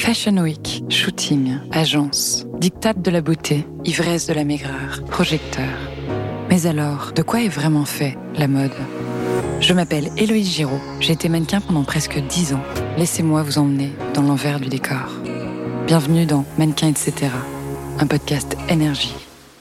Fashion Week, shooting, agence, diktat de la beauté, ivresse de la maigreur, projecteur. Mais alors, de quoi est vraiment fait la mode ? Je m'appelle Héloïse Giraud, j'ai été mannequin pendant presque 10 ans. Laissez-moi vous emmener dans l'envers du décor. Bienvenue dans Mannequin etc., un podcast énergie.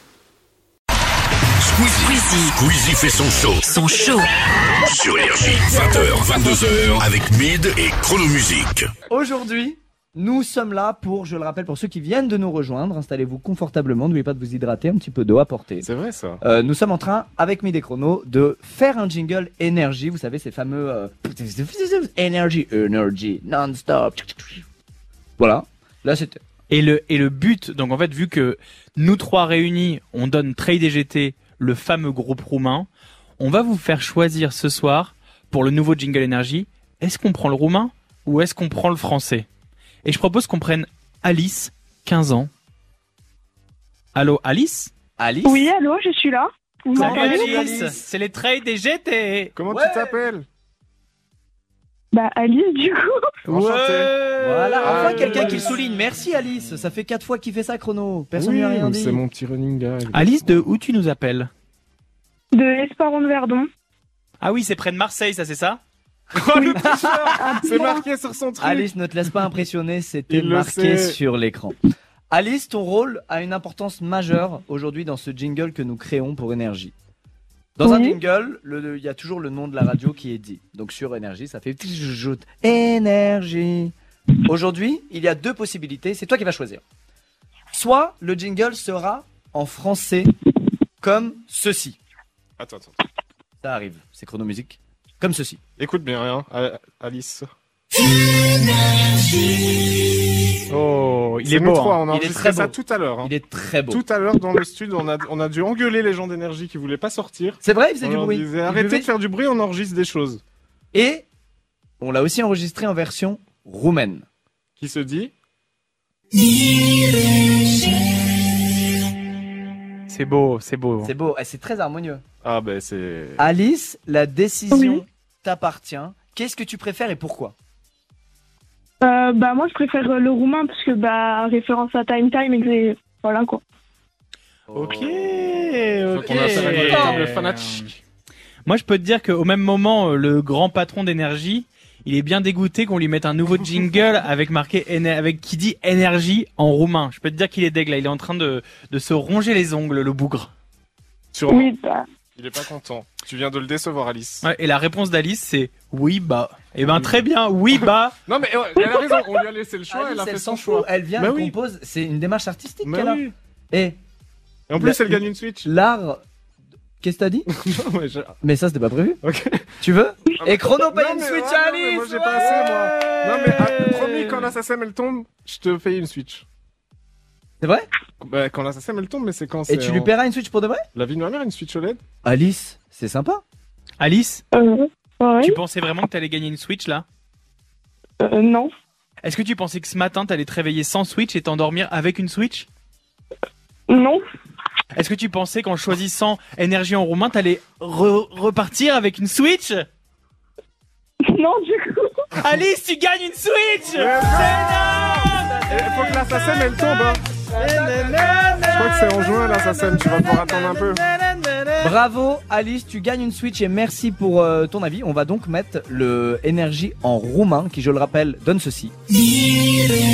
Squeezie fait son show. Sur Énergie, 20h, 22h, avec Mid et Chronomusique. Aujourd'hui, nous sommes là pour, je le rappelle, pour ceux qui viennent de nous rejoindre, installez-vous confortablement, n'oubliez pas de vous hydrater, un petit peu d'eau à porter. C'est vrai ça. Nous sommes en train, avec Mid et Chrono, de faire un jingle énergie, vous savez, ces fameux énergie, non-stop. Voilà, là c'était... Et le but, donc en fait, vu que nous trois réunis, on donne Trade DGT, le fameux groupe roumain, on va vous faire choisir ce soir, pour le nouveau jingle énergie, est-ce qu'on prend le roumain ou est-ce qu'on prend le français ? Et je propose qu'on prenne Alice, 15 ans. Allô, Alice ? Alice ? Oui, allô, je suis là. Vous Salut m'entendez ? Alice, c'est les Trade DGT. Comment Ouais. tu t'appelles? Bah, Alice, du coup. Enchanté. Voilà, enfin Ah, quelqu'un oui. qui le souligne. Merci Alice, ça fait 4 fois qu'il fait ça, Chrono. Personne Oui, lui a rien dit. c'est mon petit running gag. Alice, de où tu nous appelles ? De Esparon de Verdon. Ah oui, c'est près de Marseille, ça c'est ça ? Oh, le tricheur. C'est marqué sur son truc. Alice, ne te laisse pas impressionner, c'était Il le marqué sait. sur l'écran. Alice, ton rôle a une importance majeure aujourd'hui dans ce jingle que nous créons pour Énergie. Dans un Oui. jingle, il y a toujours le nom de la radio qui est dit. Donc sur Énergie, ça fait Énergie. Aujourd'hui, il y a 2 possibilités, c'est toi qui vas choisir. Soit le jingle sera en français comme ceci. Attends. Ça arrive, c'est Chronomusique. Comme ceci. Écoute bien, hein, Alice. Oh, il C'est est nous beau. trois, hein. on a Il est enregistré très ça beau. tout à l'heure. Hein. Il est très beau. Tout à l'heure dans le studio, on a dû engueuler les gens d'énergie qui voulaient pas sortir. C'est vrai, il faisait On du leur bruit. disait, Il arrêtez buvait. de faire du bruit, on enregistre des choses. Et on l'a aussi enregistré en version roumaine. Qui se dit? C'est beau, c'est beau. C'est beau, et c'est très harmonieux. Ah ben c'est... Alice, la décision Oui. t'appartient. Qu'est-ce que tu préfères et pourquoi ? Bah, moi, je préfère le roumain parce que, bah, référence à Time Time et que c'est... Voilà, quoi. Ok, Donc ok. on a fait un véritable fanatique. Moi, je peux te dire qu'au même moment, le grand patron d'énergie, il est bien dégoûté qu'on lui mette un nouveau jingle avec marqué avec qui dit énergie en roumain. Je peux te dire qu'il est deg là. Il est en train de se ronger les ongles, le bougre. Sûrement. Oui, bah... Il est pas content. Tu viens de le décevoir, Alice. Ouais, et la réponse d'Alice, c'est oui bah. Eh ben très bien, oui bah. Non mais elle a raison, on lui a laissé le choix, Alice, elle a fait s'en son choix. fout. Elle vient, Bah elle oui. compose. C'est une démarche artistique Mais qu'elle a. oui. Et Et en plus, elle gagne une Switch. l'art... Qu'est-ce que t'as dit ? Non, mais je- Mais ça, c'était pas prévu. Ok. Tu veux ? Et Chrono paye Non, une mais Switch ouais, à non, mais Alice. moi, j'ai pas assez, moi. Non mais promis, quand la SACEM elle tombe, je te paye une Switch. C'est vrai ? Bah quand la SACEM elle tombe, mais c'est quand Et tu lui paieras une Switch pour de vrai ? La vie de ma mère, une Switch OLED. Alice, c'est sympa. Alice, Ouais. tu pensais vraiment que t'allais gagner une Switch là ? Non. Est-ce que tu pensais que ce matin t'allais te réveiller sans Switch et t'endormir avec une Switch ? Non. Est-ce que tu pensais qu'en choisissant énergie en roumain t'allais repartir avec une Switch ? Non, du coup. Alice, tu gagnes une Switch ! Il faut que la SACEM elle tombe. Hein. Je crois que c'est en juin la SACEM, tu vas devoir attendre un peu. Bravo Alice, tu gagnes une Switch et merci pour ton avis. On va donc mettre le énergie en roumain qui, je le rappelle, donne ceci.